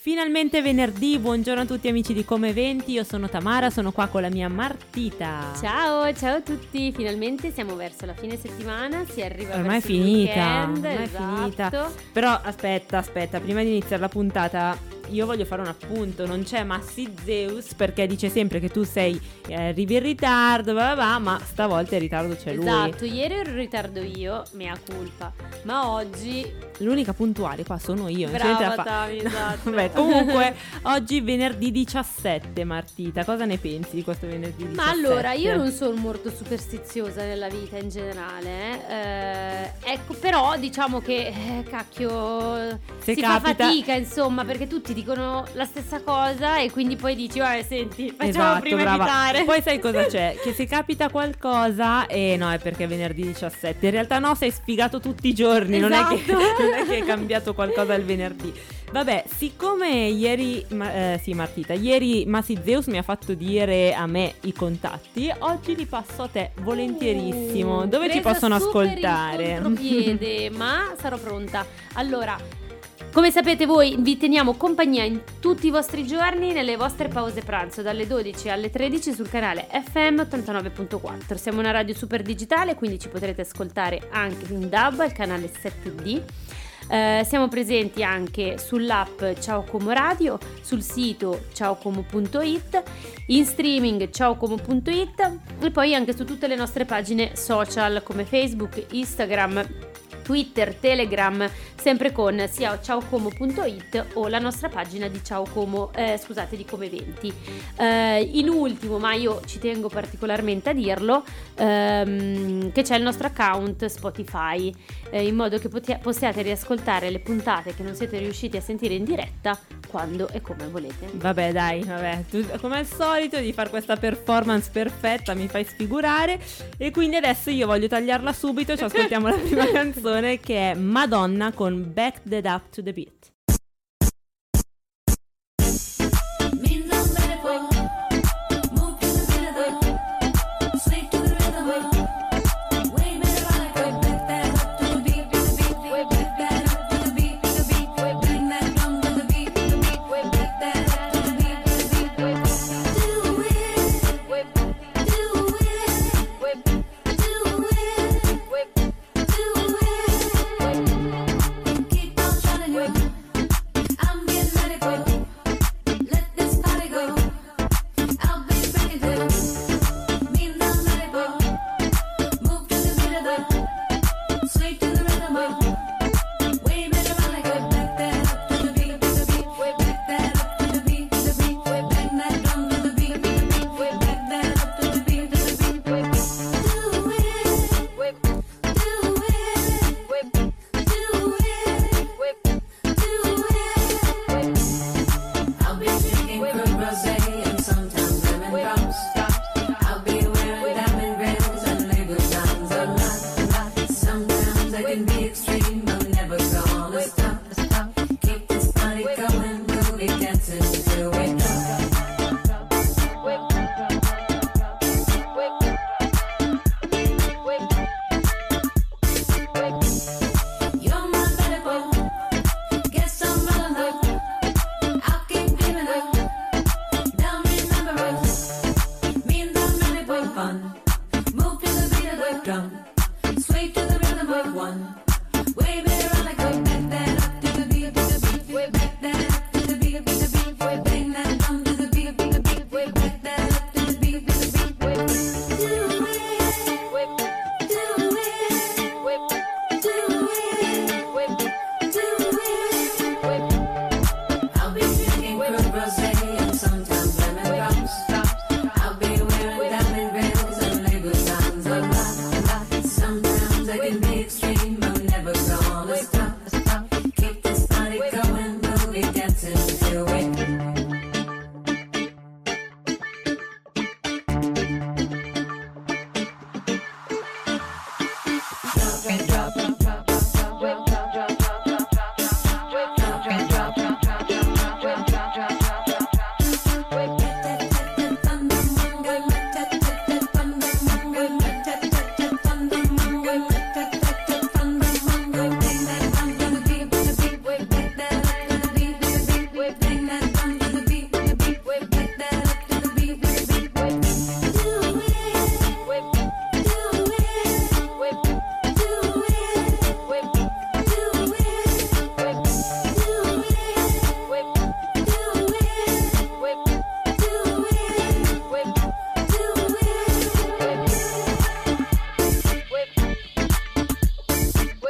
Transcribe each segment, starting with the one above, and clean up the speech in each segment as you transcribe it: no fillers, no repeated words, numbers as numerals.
Finalmente venerdì, buongiorno a tutti amici di Come Eventi, io sono Tamara, sono qua con la mia Martita. Ciao a tutti, finalmente siamo verso la fine settimana, si arriva ormai verso è finita, il weekend, ormai esatto. è finita. Però aspetta, prima di iniziare la puntata io voglio fare un appunto, non c'è Massi Zeus perché dice sempre che tu arrivi in ritardo, ma stavolta in ritardo c'è lui. Esatto, ieri ero in ritardo io, mea culpa, ma oggi l'unica puntuale qua sono io. Brava Tami, esatto. Vabbè, comunque oggi venerdì 17, Martita, cosa ne pensi di questo venerdì 17? Ma allora, io non sono molto superstiziosa nella vita in generale, ecco, però diciamo che cacchio, se si capita... fa fatica insomma, perché tutti dicono la stessa cosa e quindi poi dici senti, facciamo esatto, prima brava. evitare. Poi sai cosa c'è? Che se capita qualcosa no, è perché è venerdì 17. In realtà no, sei sfigato tutti i giorni, esatto. non è che è cambiato qualcosa il venerdì. Vabbè, siccome ieri Martita, ieri Massi Zeus mi ha fatto dire a me i contatti, oggi li passo a te volentierissimo. Dove ci possono ascoltare? In contropiede, ma sarò pronta. Allora, come sapete voi vi teniamo compagnia in tutti i vostri giorni nelle vostre pause pranzo dalle 12 alle 13 sul canale FM 89.4. Siamo una radio super digitale, quindi ci potrete ascoltare anche in DAB al canale 7D. Siamo presenti anche sull'app Ciao Como Radio, sul sito ciaocomo.it, in streaming ciaocomo.it e poi anche su tutte le nostre pagine social come Facebook, Instagram, Twitter, Telegram, sempre con sia ciaocomo.it o la nostra pagina di di Come Eventi. In ultimo, ma io ci tengo particolarmente a dirlo, che c'è il nostro account Spotify, in modo che possiate riascoltare le puntate che non siete riusciti a sentire in diretta quando e come volete. Vabbè, tu come al solito di fare questa performance perfetta mi fai sfigurare e quindi adesso io voglio tagliarla subito, ci ascoltiamo la prima canzone che è Madonna con Back That Up to the Beat.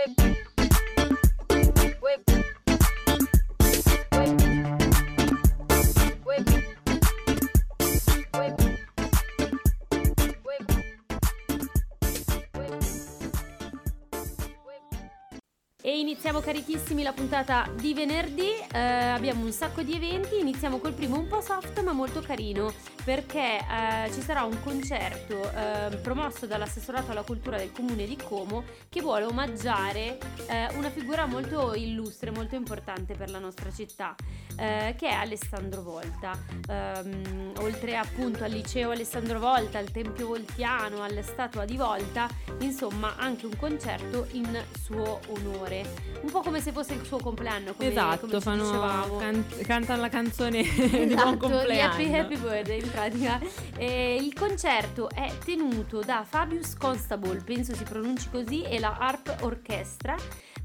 E iniziamo carichissimi la puntata di venerdì, abbiamo un sacco di eventi, iniziamo col primo un po' soft ma molto carino, perché ci sarà un concerto promosso dall'assessorato alla cultura del comune di Como che vuole omaggiare una figura molto illustre, molto importante per la nostra città, che è Alessandro Volta. Oltre appunto al liceo Alessandro Volta, al Tempio Voltiano, alla statua di Volta, insomma anche un concerto in suo onore. Un po' come se fosse il suo compleanno, come, esatto, come ci dicevamo. Cantano la canzone di buon compleanno. Di Happy Birthday in pratica. Il concerto è tenuto da Fabius Constable, penso si pronunci così, e la Harp Orchestra.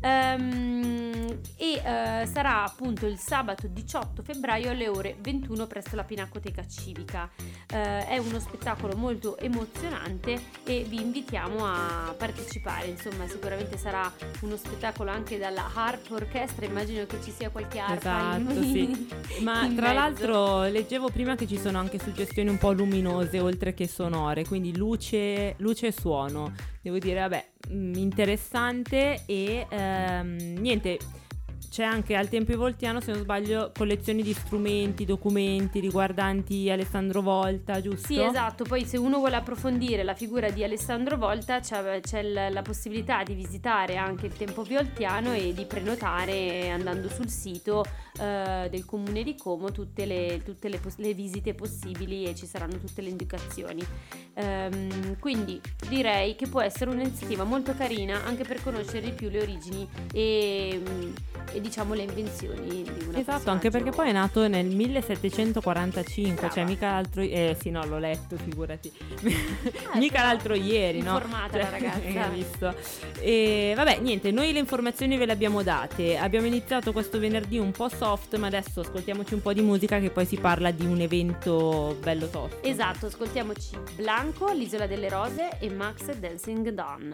Sarà appunto il sabato 18 febbraio alle ore 21 presso la Pinacoteca Civica. È uno spettacolo molto emozionante e vi invitiamo a partecipare. Insomma, sicuramente sarà uno spettacolo anche dalla Harp Orchestra, immagino che ci sia qualche arpa sì. Ma in tra mezzo. l'altro leggevo prima che ci sono anche suggestioni un po' luminose oltre che sonore, quindi luce e suono. Devo dire, vabbè, interessante e niente. C'è anche al Tempio Voltiano, se non sbaglio, collezioni di strumenti, documenti riguardanti Alessandro Volta, giusto? Sì, esatto. Poi se uno vuole approfondire la figura di Alessandro Volta c'è la possibilità di visitare anche il Tempio Voltiano e di prenotare andando sul sito del comune di Como tutte le visite possibili e ci saranno tutte le indicazioni. Quindi direi che può essere un'iniziativa molto carina anche per conoscere di più le origini e diciamo le invenzioni di una Esatto, personaggio. anche perché poi è nato nel 1745. Brava. Cioè mica l'altro sì, no, l'ho letto, figurati. Mica l'altro ieri, no? Informata la ragazza. Hai visto? E vabbè, niente, noi le informazioni ve le abbiamo date. Abbiamo iniziato questo venerdì un po' soft, ma adesso ascoltiamoci un po' di musica che poi si parla di un evento bello tosto. Esatto, ascoltiamoci Blanco, l'Isola delle Rose e Max Dancing Dawn.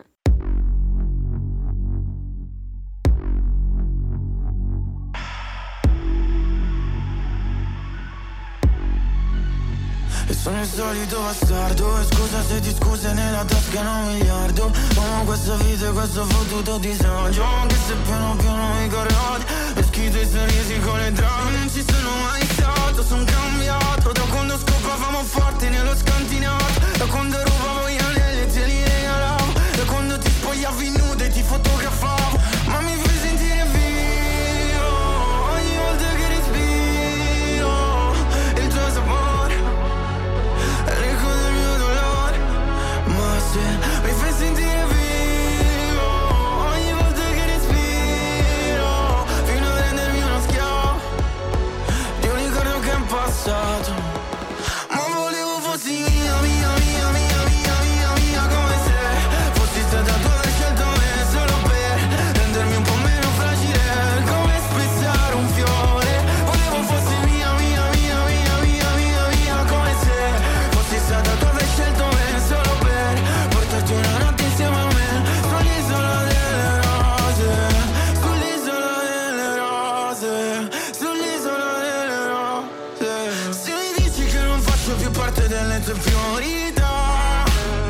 E sono il solito bastardo, e scusa se ti scuse nella tasca non miliardo. Amo questa vita e questo fottuto disagio, anche se piano piano mi corrodi. Ho scritto i sorrisi con le drame, non ci sono mai stato, son cambiato. Da quando scopavamo forte nello scantinato, da quando rubavo gli anelli e te li regalavo, da quando ti spogliavi nuda e ti fotografavo. Ma mi fai sentire vivo, ogni volta che respiro, il tuo sapore, l'eco del mio dolore. Ma se mi fai sentire vivo, ogni volta che respiro, fino a rendermi uno schiavo di un ricordo che è passato. Ma volevo fossi mia, mia, mia, mia, mia, mia, mia, come se fossi stata tu aver scelto me solo per rendermi un po' meno fragile, come spezzare un fiore. Volevo fossi mia, mia, mia, mia, mia, mia, mia, come se fossi stata tu aver scelto me solo per portarti una notte insieme a me sull'isola delle rose, sull'isola delle rose, sull'isola delle rose. Se mi dici che non faccio più parte delle tue priorità,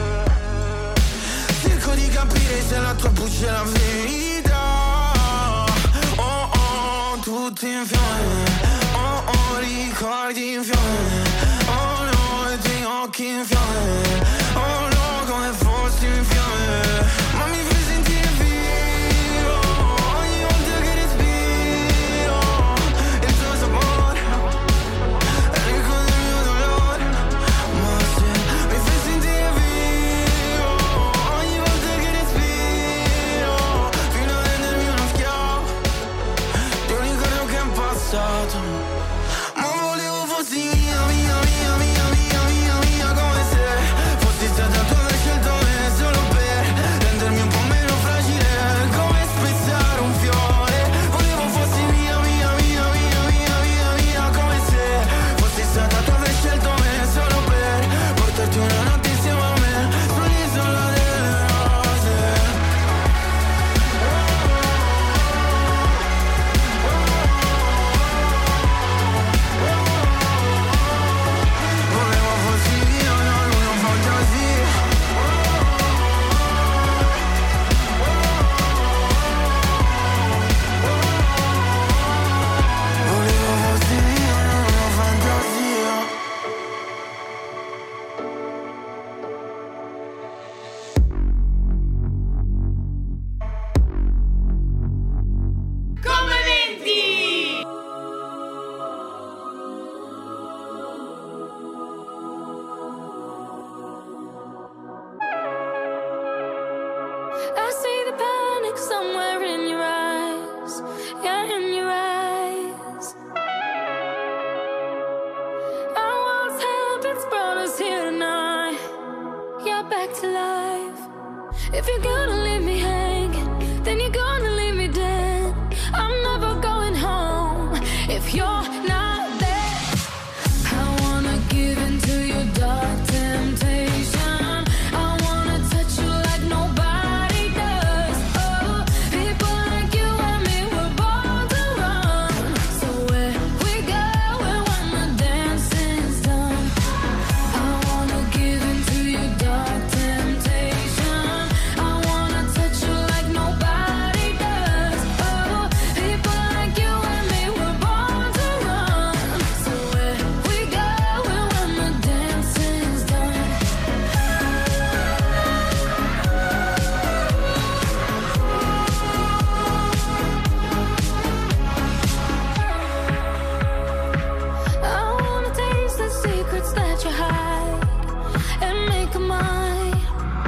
cerco di capire se la tua voce è la verità. Oh oh, tutti in fiamme, oh oh, ricordi in fiamme, oh no, i tuoi occhi in fiamme, oh no, come fossi in fiamme. Ma mi fai sentire vivo, ogni volta che respiro, il tuo sapore, l'eco del mio dolore. Ma se mi fai sentire vivo, ogni volta che respiro, fino a rendermi uno schiavo di un ricordo che è passato. Ma volevo fossi mia, mia, mia, mia, mia, mia, mia, come se If you're gonna leave me hanging, then you're gonna leave me dead. I'm never going home if you're not there. I wanna give into your dark temptation. I wanna touch you like nobody does. Oh, people like you and me were born to run. So where we go when the dancing's done. I wanna give into your dark temptation. I wanna touch you like nobody does. Oh, people like you and me were born to run. So where we go when the dancing's done. I wanna taste the secrets that you hide and make 'em mine.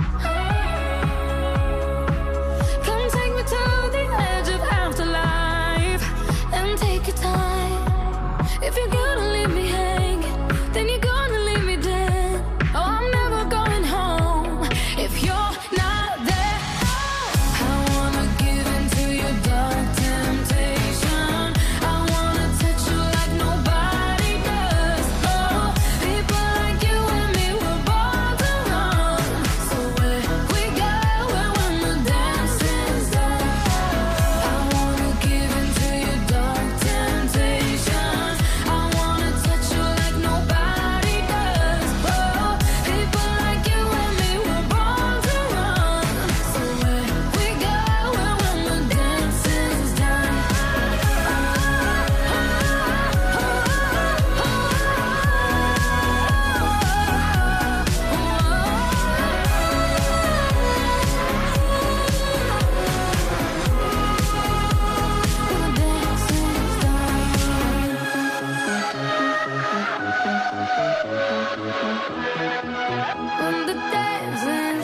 Come take me to the edge of afterlife and take your time. If you're gonna leave me hanging, then you're gonna leave me dead. Oh, I'm never going home if you're not there. I wanna give into your dark temptation. I wanna touch you like nobody does. Oh, people like you and me were born to run. So where we go when the dancing's done. I wanna give into your dark temptation. I wanna touch you like nobody does. Oh, people like you and me were born to run. So where we go when the dancing's done. When the dancing's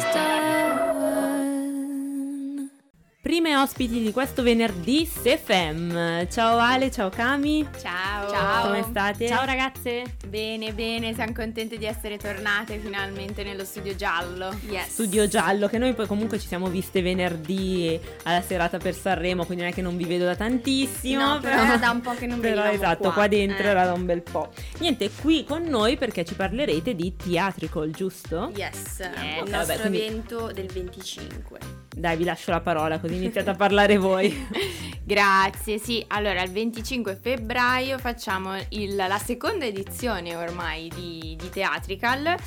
done. Prime ospiti di questo venerdì SFM. Ciao Ale, ciao Cami. Ciao. Come state? Ciao ragazze. Bene, bene, siamo contente di essere tornate finalmente nello studio giallo. Yes. Studio giallo, che noi poi comunque ci siamo viste venerdì alla serata per Sanremo, quindi non è che non vi vedo da tantissimo. No, però era da un po' che non però venivamo esatto, qua dentro Eh. era da un bel po'. Niente, qui con noi perché ci parlerete di Theatrical, giusto? Yes, ok, il vabbè, nostro quindi- evento del 25. Dai, vi lascio la parola così iniziate a parlare voi. Grazie, sì. Allora, il 25 febbraio facciamo la seconda edizione ormai di Theatrical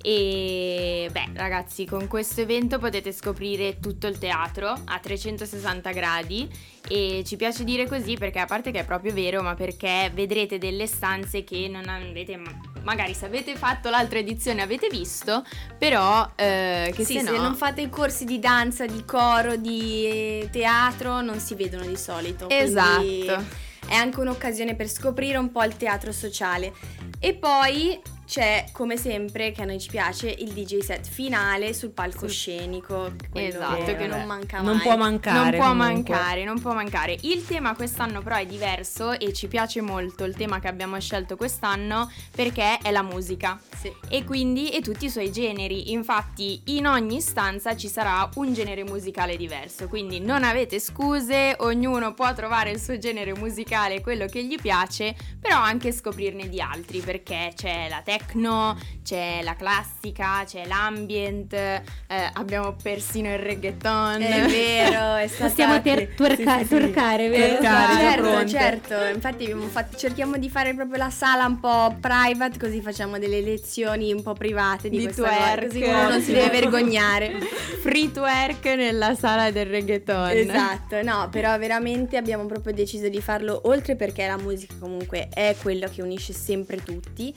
e beh, ragazzi, con questo evento potete scoprire tutto il teatro a 360 gradi e ci piace dire così perché a parte che è proprio vero, ma perché vedrete delle stanze che non avete magari se avete fatto l'altra edizione avete visto, però che Sì, se se no non fate i corsi di danza, di coro, di teatro, non si vedono di solito. quindi Esatto. È anche un'occasione per scoprire un po' il teatro sociale. E poi c'è, come sempre, che a noi ci piace, il DJ set finale sul palcoscenico. quello Esatto, che che non manca mai. Non può mancare. Non può comunque. mancare, non può mancare. Il tema quest'anno però è diverso e ci piace molto il tema che abbiamo scelto quest'anno perché è la musica. Sì. E quindi e tutti i suoi generi. Infatti in ogni stanza ci sarà un genere musicale diverso, quindi non avete scuse, ognuno può trovare il suo genere musicale, quello che gli piace, però anche scoprirne di altri perché c'è la techno, c'è la classica, c'è l'ambient, abbiamo persino il reggaeton. È vero, è stata... Possiamo twerkare, vero? Twerkare, Certo, pronte. certo, infatti cerchiamo di fare proprio la sala un po' private, così facciamo delle lezioni un po' private di Di questa cosa, twerk. così uno non si deve vergognare. Free twerk nella sala del reggaeton. Esatto, no, però veramente abbiamo proprio deciso di farlo, oltre perché la musica comunque è quello che unisce sempre tutti,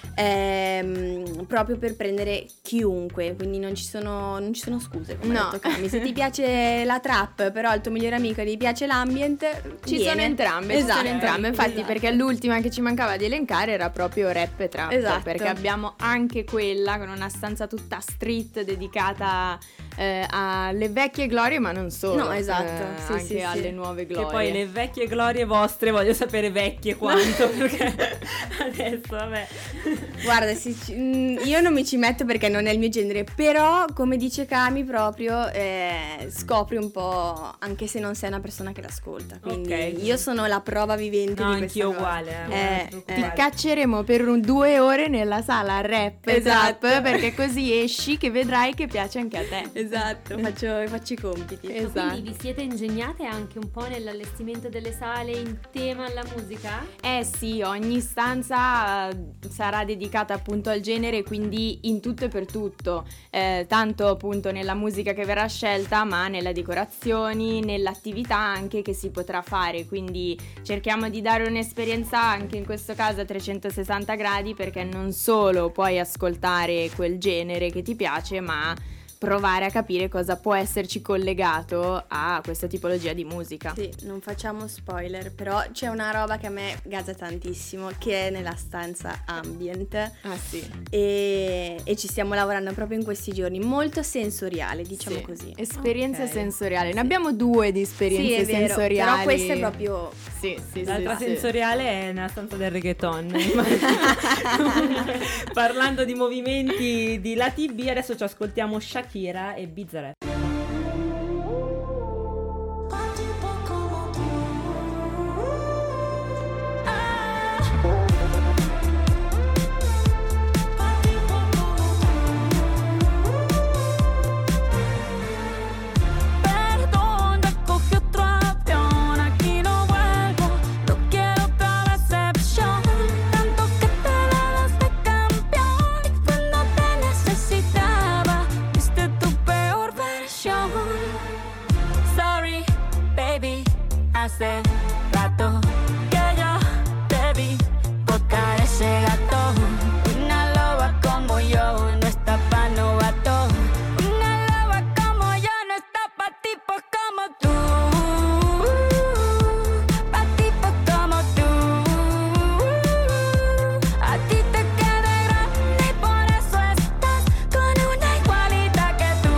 proprio per prendere chiunque, quindi non ci sono scuse, come No. ha detto Cami. Se ti piace la trap, però al tuo migliore amico gli piace l'ambient, Ci viene. sono entrambe, Esatto, ci sono entrambe. Infatti, esatto. perché l'ultima che ci mancava di elencare era proprio rap e trap. Esatto. Perché abbiamo anche quella con una stanza tutta street dedicata alle vecchie glorie, ma non solo. No, esatto, sì, anche sì, alle sì. nuove Che glorie. poi le vecchie glorie vostre, voglio sapere vecchie quanto, perché adesso vabbè. Guarda, io non mi ci metto perché non è il mio genere, però come dice Cami proprio scopri un po', anche se non sei una persona che l'ascolta, quindi Ok. io sono la prova vivente No, di questa anch'io cosa. uguale. Ti cacceremo per 2 ore nella sala rap, Esatto. trap, perché così esci che vedrai che piace anche a te. Esatto, faccio i compiti. Esatto. Quindi vi siete ingegnate anche un po' nell'allestimento delle sale in tema alla musica? Eh sì, ogni stanza sarà dedicata appunto al genere, quindi in tutto e per tutto, tanto appunto nella musica che verrà scelta, ma nelle decorazioni, nell'attività anche che si potrà fare, quindi cerchiamo di dare un'esperienza anche in questo caso a 360 gradi, perché non solo puoi ascoltare quel genere che ti piace, ma provare a capire cosa può esserci collegato a questa tipologia di musica. Sì, non facciamo spoiler, però c'è una roba che a me gasa tantissimo, che è nella stanza ambient. Ah sì. E ci stiamo lavorando proprio in questi giorni, molto sensoriale, diciamo Sì. così. Esperienze Ok. sensoriali. Sì. Ne abbiamo 2 di esperienze Sì, è vero, sensoriali. però questa è proprio Sì, L'altra sì. sensoriale è nella stanza del reggaeton. Parlando di movimenti di Lati B, adesso ci ascoltiamo Shakira e Bizarrap. Perdón, ya cogí otro avión, aquí no vuelvo, no quiero otra decepción. Tanto que te dabas de campeón y cuando te necesitaba, viste tu peor versión. Sorry, baby, hace rato que yo te vi tocar ese gato. Una loba como yo no está pa' novato. Una loba como yo no está pa' tipos como tú. Pa' tipos como tú. A ti te queda grande y por eso estás con una igualita que tú.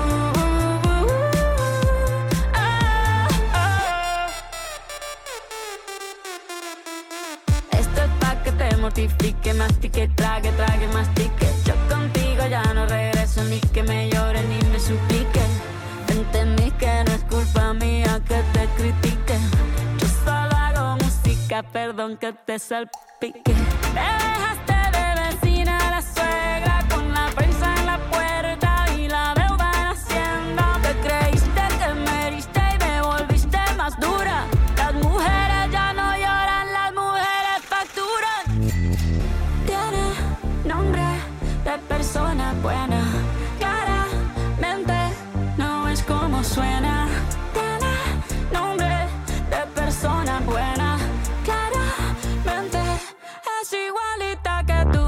Esto es pa' que te mortifique, mastique, trague, mastique. Yo contigo ya no regreso, ni que me llore ni me suplique. Entendí que no es culpa mía que te critique. Yo solo hago música, perdón que te salpique. Me dejaste de vecina a la suegra con la prensa en la puerta y la deuda en Hacienda. Te creíste que me heriste y me volviste más dura. Las mujeres ya no lloran, las mujeres facturan. Tiene nombre de persona buena, claramente no es como suena. Tiene nombre de persona buena, claramente es igualita que tú.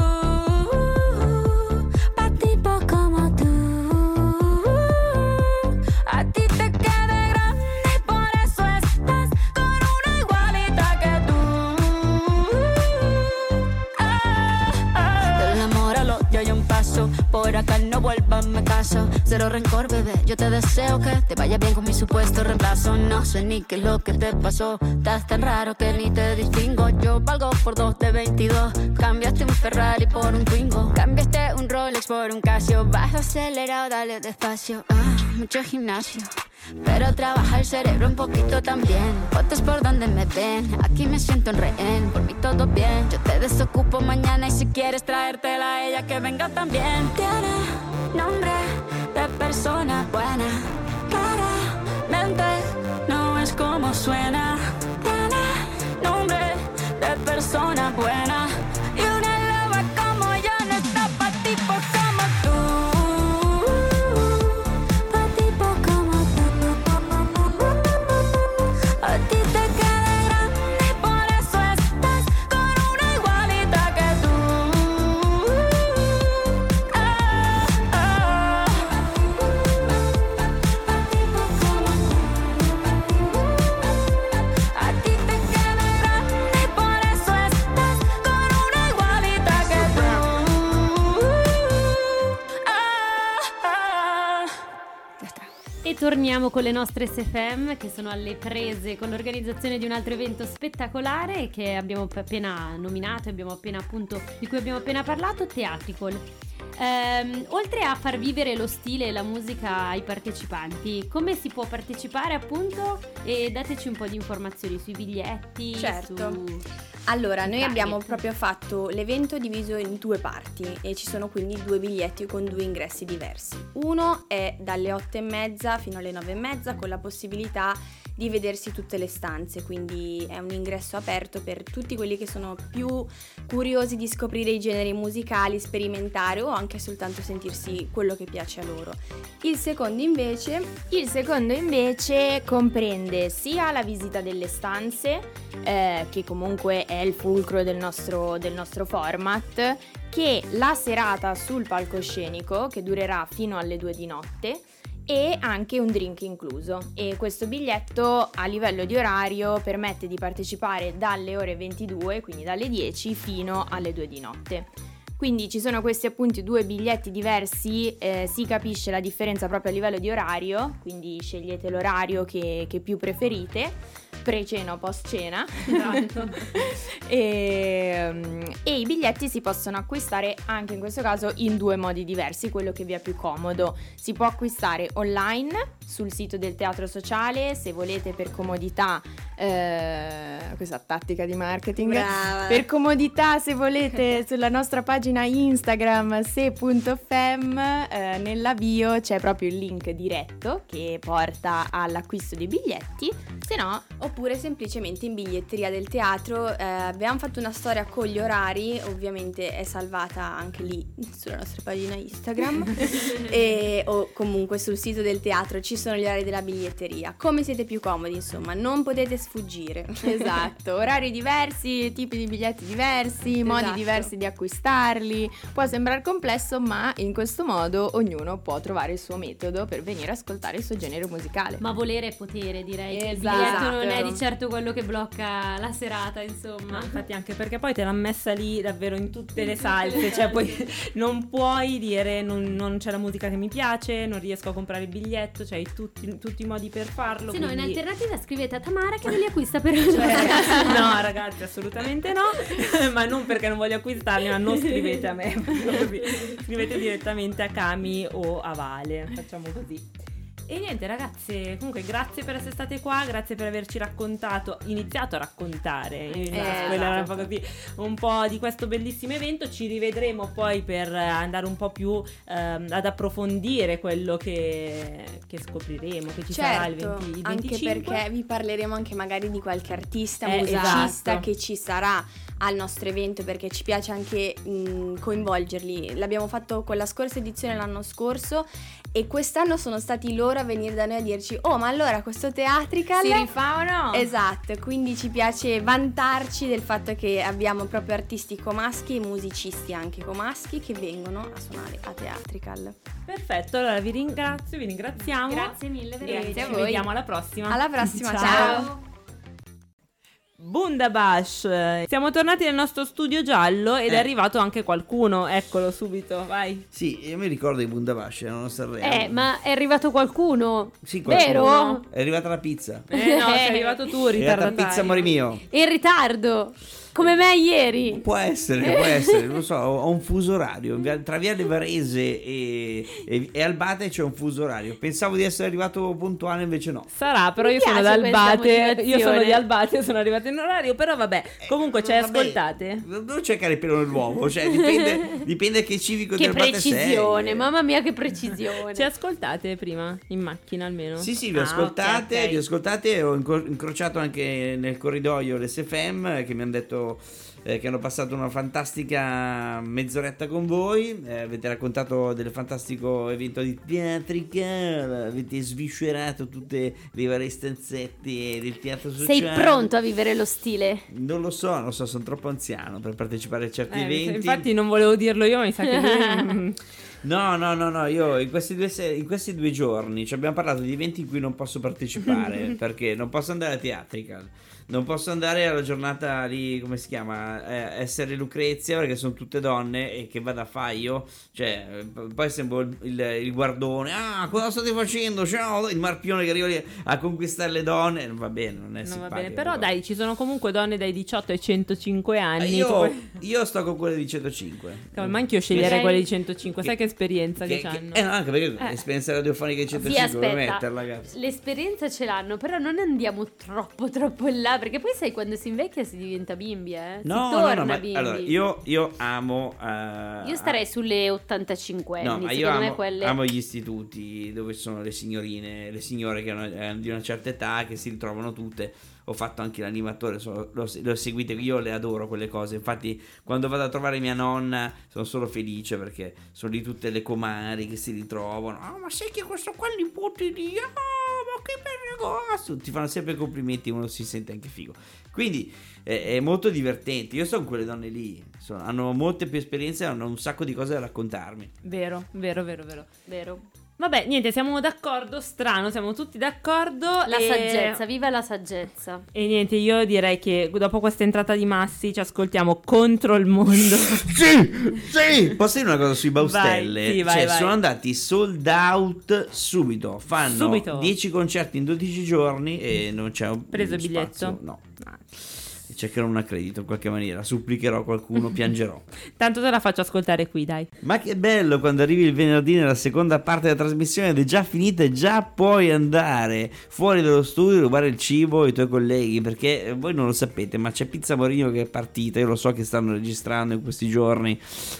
Pa' tipo como tú. A ti te queda grande y por eso estás con una igualita que tú. Del amor al odio hay un paso, por acá no vuelvas, me caso. Cero rencor, bebé, yo te deseo que te vaya bien con mi supuesto reemplazo. No sé ni qué es lo que te pasó, estás tan raro que ni te distingo. Yo valgo por 2 de 22, cambiaste un Ferrari por un Twingo. Cambiaste un Rolex por un Casio, vas acelerado, dale despacio. Mucho gimnasio, pero trabaja el cerebro un poquito también. Fotos por donde me ven, aquí me siento en rehén. Por mí todo bien, yo te desocupo mañana y si quieres traértela a ella que venga también. Tiene nombre de persona buena, claramente no es como suena. Tiene nombre de persona buena y una loba como yo no está pa' tipos como tú. Pa' tipos como tú. A ti te queda grande y por eso estás con una igualita que tú. Pa' tipos como tú. torniamo con le nostre SFM che sono alle prese con l'organizzazione di un altro evento spettacolare che abbiamo appena nominato, di cui abbiamo appena parlato, Theatrical. Oltre a far vivere lo stile e la musica ai partecipanti, come si può partecipare appunto? E dateci un po' di informazioni sui biglietti. Certo. Allora, noi abbiamo target. proprio fatto l'evento diviso in 2 parti e ci sono quindi 2 biglietti con 2 ingressi diversi. Uno è dalle 8:30 fino alle 9:30 con la possibilità di vedersi tutte le stanze, quindi è un ingresso aperto per tutti quelli che sono più curiosi di scoprire i generi musicali, sperimentare o anche soltanto sentirsi quello che piace a loro. Il secondo invece comprende sia la visita delle stanze, che comunque è il fulcro del nostro format, che la serata sul palcoscenico che durerà fino alle 2 di notte e anche un drink incluso. E questo biglietto a livello di orario permette di partecipare dalle ore 22, quindi dalle 10 fino alle 2 di notte. Quindi ci sono questi appunti 2 biglietti diversi, si capisce la differenza proprio a livello di orario, quindi scegliete l'orario che più preferite, pre-cena o post-cena. Esatto. e i biglietti si possono acquistare anche in questo caso in 2 modi diversi, quello che vi è più comodo. Si può acquistare online sul sito del Teatro Sociale, se volete per comodità, questa tattica di marketing. Brava. Per comodità, se volete, sulla nostra pagina Instagram se.fem, nella bio c'è proprio il link diretto che porta all'acquisto dei biglietti, se no oppure semplicemente in biglietteria del teatro. Abbiamo fatto una storia con gli orari, ovviamente è salvata anche lì sulla nostra pagina Instagram o comunque sul sito del teatro ci sono gli orari della biglietteria, come siete più comodi, insomma non potete sfuggire. esatto, orari diversi, tipi di biglietti diversi, modi Esatto. diversi di acquistarli. Può sembrare complesso, ma in questo modo ognuno può trovare il suo metodo per venire a ascoltare il suo genere musicale. Ma volere è potere, direi che il Esatto. biglietto non è di certo quello che blocca la serata, insomma. Ma infatti anche perché poi te l'ha messa lì davvero in tutte le salse, cioè poi non puoi dire non c'è la musica che mi piace, non riesco a comprare il biglietto, cioè hai tutti i modi per farlo. Se no, in quindi- alternativa scrivete a Tamara che ve li acquista per Cioè, ragazzi, no ragazzi, assolutamente no, ma non perché non voglio acquistarli, ma non scrivete a me, così. Scrivete direttamente a Cami o a Vale, facciamo così. E niente ragazze, comunque grazie per essere state qua, grazie per averci iniziato a raccontare, esatto. un po' di questo bellissimo evento. Ci rivedremo poi per andare un po' più ad approfondire quello che scopriremo, che ci sarà il 20, il 25. Anche perché vi parleremo anche magari di qualche artista, Esatto. musicista che ci sarà al nostro evento, perché ci piace anche coinvolgerli. L'abbiamo fatto con la scorsa edizione l'anno scorso e quest'anno sono stati loro a venire da noi a dirci: oh, ma allora questo Theatrical Si rifà o no? Esatto, quindi ci piace vantarci del fatto che abbiamo proprio artisti comaschi e musicisti anche comaschi che vengono a suonare a Theatrical. Perfetto, allora vi ringraziamo. Grazie mille, E veramente. Grazie a ci voi. vediamo alla prossima. Alla prossima, Ciao. Bundabash, siamo tornati nel nostro studio giallo ed è arrivato anche qualcuno, eccolo subito, vai. Sì, io mi ricordo di Bundabash, erano a Sanremo. Ma è arrivato qualcuno, Sì, qualcuno. vero? È arrivata la pizza. No, sei arrivato tu, È arrivata la ritardatario. pizza, amore mio. In ritardo, come me ieri. Può essere, non lo so, ho un fuso orario. Tra Viale Varese e Albate c'è un fuso orario. Pensavo di essere arrivato puntuale, invece no. Sarà, però Mi io sono piace da questa Albate, io sono motivazione. di Albate, sono arrivata in orario, però vabbè, comunque ci Vabbè, ascoltate. Non cercare il pelo nell'uovo, cioè dipende che civico di Che Albate precisione, sei. mamma mia che precisione. Ci ascoltate prima, in macchina almeno? Sì, vi Ah, ascoltate, ok, ok. vi ascoltate. Ho incrociato anche nel corridoio l'SFM che mi hanno detto che hanno passato una fantastica mezz'oretta con voi. Avete raccontato del fantastico evento di Theatrical, avete sviscerato tutte le varie stanzette del teatro sociale. Sei pronto a vivere lo stile? Non lo so, sono troppo anziano per partecipare a certi eventi. Infatti non volevo dirlo io, ma mi sa che lui... No, io in questi 2 giorni ci abbiamo parlato di eventi in cui non posso partecipare perché non posso andare a Theatrical, non posso andare alla giornata lì, come si chiama? essere Lucrezia perché sono tutte donne e che vado a fare io, cioè poi sembro il guardone, cosa state facendo, ciao, il marpione che arriva lì a conquistare le donne, non va bene, non è simpatico. Va bene, però dai, ci sono comunque donne dai 18 ai 105 anni. Io sto con quelle di 105. Ma anche io sceglierei quelle di 105, sai che esperienza che hanno? No, anche perché l'esperienza radiofonica di 105 Sì, per metterla, cazzo. L'esperienza ce l'hanno, però non andiamo troppo in là, perché poi sai quando si invecchia si diventa bimbi, si torna bimbi. Allora, io amo io starei sulle 85 anni, no, ma io secondo me quelle... amo gli istituti dove sono le signorine, le signore che hanno di una certa età, che si ritrovano tutte. Ho fatto anche l'animatore, l'ho seguite, io le adoro quelle cose. Infatti quando vado a trovare mia nonna sono solo felice perché sono lì tutte le comari che si ritrovano. Ma sai che questo qua è il nipote di... ma che bel ragazzo! Ti fanno sempre complimenti, uno si sente anche figo. Quindi è molto divertente. Io sono quelle donne lì, hanno molte più esperienze, hanno un sacco di cose da raccontarmi. Vero. Vabbè, niente, siamo d'accordo, strano, siamo tutti d'accordo. Saggezza, viva la saggezza. E niente, io direi che dopo questa entrata di Massi ci ascoltiamo Contro il mondo. Sì! Posso dire una cosa sui Baustelle? Vai, vai. Sono andati sold out subito. Fanno 10 concerti in 12 giorni e non c'è un preso il spazio. biglietto? No. Cercherò un accredito in qualche maniera, supplicherò qualcuno, piangerò. Tanto te la faccio ascoltare qui, dai. Ma che bello quando arrivi il venerdì nella seconda parte della trasmissione ed è già finita e già puoi andare fuori dallo studio a rubare il cibo ai tuoi colleghi, perché voi non lo sapete ma c'è Pizza Morino che è partita, io lo so che stanno registrando in questi giorni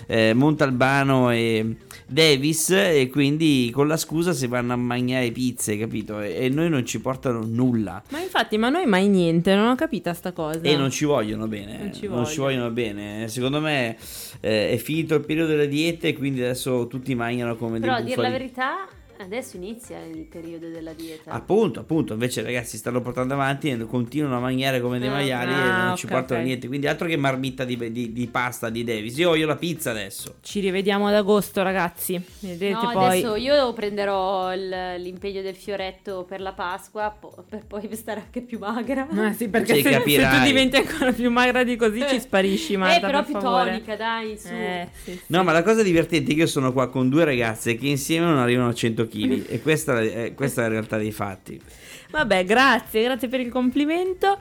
Montalbano e Davis, e quindi con la scusa si vanno a mangiare pizze, capito? E noi non ci portano nulla. Ma infatti, ma noi mai niente, non ho capita sta cosa. E non ci vogliono bene, non ci vogliono bene. Secondo me è finito il periodo delle diete e quindi adesso tutti mangiano come dei bufali. Però a dire la verità, adesso inizia il periodo della dieta. Appunto, invece ragazzi stanno portando avanti e continuano a mangiare come dei maiali e non ci portano niente. Quindi altro che marmitta di pasta di Davis. Io voglio la pizza adesso. Ci rivediamo ad agosto, ragazzi. Vedete poi. Adesso io prenderò l'impegno del fioretto per la Pasqua per poi stare anche più magra. Sì, perché se tu diventi ancora più magra di così ci sparisci, Marta, però per più favore. tonica, dai, su. Sì. No, ma la cosa divertente è che io sono qua con due ragazze che insieme non arrivano a 100 kg e questa è la realtà dei fatti. Vabbè, grazie per il complimento.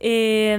E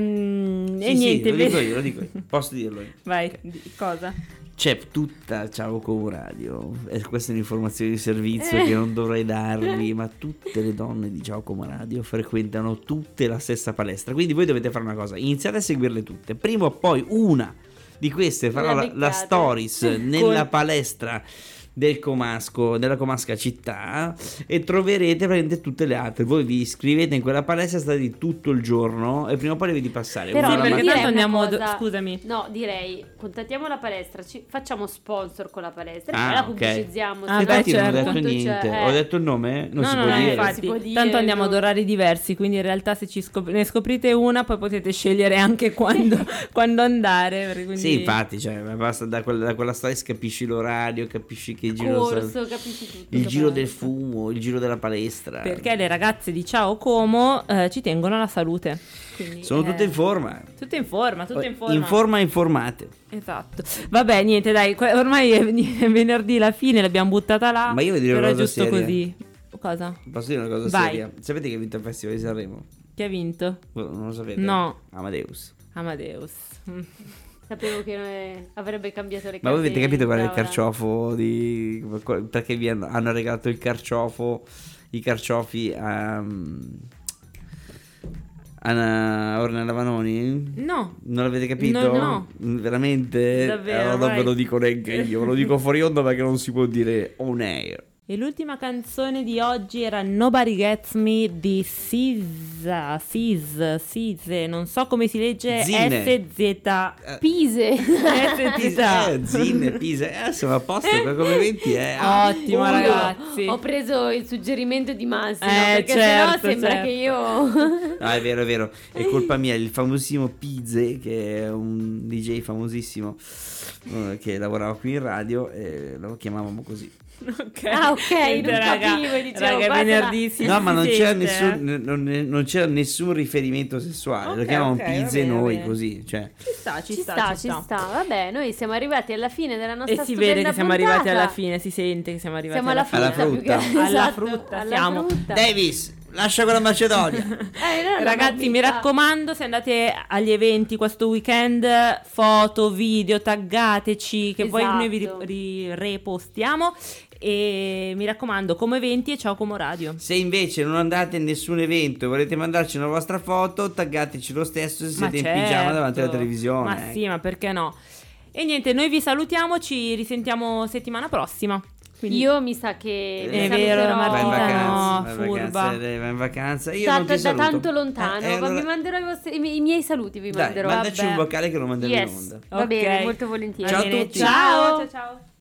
niente, lo dico io. Posso dirlo io? Vai, cosa? C'è tutta Ciao Como Radio, e questa è un'informazione di servizio che non dovrei darvi, ma tutte le donne di Ciao Como Radio frequentano tutte la stessa palestra, quindi voi dovete fare una cosa, iniziate a seguirle tutte, prima o poi una di queste farà la stories nella palestra del Comasco, della Comasca città, e troverete praticamente tutte le altre. Voi vi iscrivete in quella palestra, state lì tutto il giorno e prima o poi devi passare. Però perché tanto andiamo scusami. No, direi contattiamo la palestra, facciamo sponsor con la palestra e poi la pubblicizziamo. Infatti certo. non ho detto niente. Ho detto il nome? Non si può dire. Infatti, può dire, tanto andiamo ad orari diversi, quindi in realtà se ne scoprite una poi potete scegliere anche quando andare. Quindi... Sì, infatti, basta da quella storia capisci l'orario, capisci che corso, capisci tutto. Il giro del fumo, il giro della palestra. Perché le ragazze di Ciao Como ci tengono alla salute. Quindi, sono tutte in forma. Tutte in forma. Informate. Esatto. Vabbè, niente, dai, ormai è venerdì la fine, l'abbiamo buttata là. Ma io vi dirò però una cosa giusto seria. Cosa? Posso dire una cosa Vai. seria? Sapete che ha vinto il Festival di Sanremo? Chi ha vinto? Non lo sapete? No. Amadeus. Sapevo che avrebbe cambiato le cose. Ma voi avete capito qual è il carciofo perché vi hanno regalato i carciofi a Ornella Vanoni? No. Non l'avete capito? No. Veramente? Davvero, non ve lo dico neanche io, ve lo dico fuori onda perché non si può dire on air. E l'ultima canzone di oggi era Nobody Gets Me di Size, non so come si legge, Zine. SZ. Pise. SZ. Pise. Siamo a posto, come 20 Ottimo, ragazzi. Ho preso il suggerimento di Massimo, perché certo, sennò sembra che io... No, è vero, è colpa mia, il famosissimo Pise, che è un DJ famosissimo che lavorava qui in radio, e lo chiamavamo così. Ok, Ah, ok, non capivo, dicevo, raga, qua venerdì si No, ma non c'era, sente. non c'era nessun riferimento sessuale. Lo Ok, chiamano ok, pizze va bene, noi va bene. così. Cioè. Ci Ci sta. Vabbè, noi siamo arrivati alla fine della nostra E si stupenda vede che siamo puntata. arrivati alla fine, si sente che siamo arrivati Siamo alla fine. frutta, più che Alla frutta. Alla esatto, frutta alla siamo. frutta. Davis, lascia quella Macedonia. No, Ragazzi, mi raccomando, se andate agli eventi questo weekend, foto, video, taggateci, che poi noi vi Esatto. repostiamo. E mi raccomando, come eventi e ciao Como Radio. Se invece non andate a nessun evento e volete mandarci una vostra foto, taggateci lo stesso se siete in pigiama davanti alla televisione. Ma sì, ma perché no? E niente, noi vi salutiamo, ci risentiamo settimana prossima. Quindi Io mi sa che mi È vero, saluterò Vai in Martina, vacanza, no, vai in furba. vacanza, vai in vacanza. Io da, non ti da saluto. tanto lontano, ma allora- vi manderò i miei saluti, vi Dai, manderò. mandaci vabbè. un vocale che lo manderò in Yes, onda. va Ok. bene, molto volentieri. Ciao a Bene, tutti. ciao. Ciao ciao.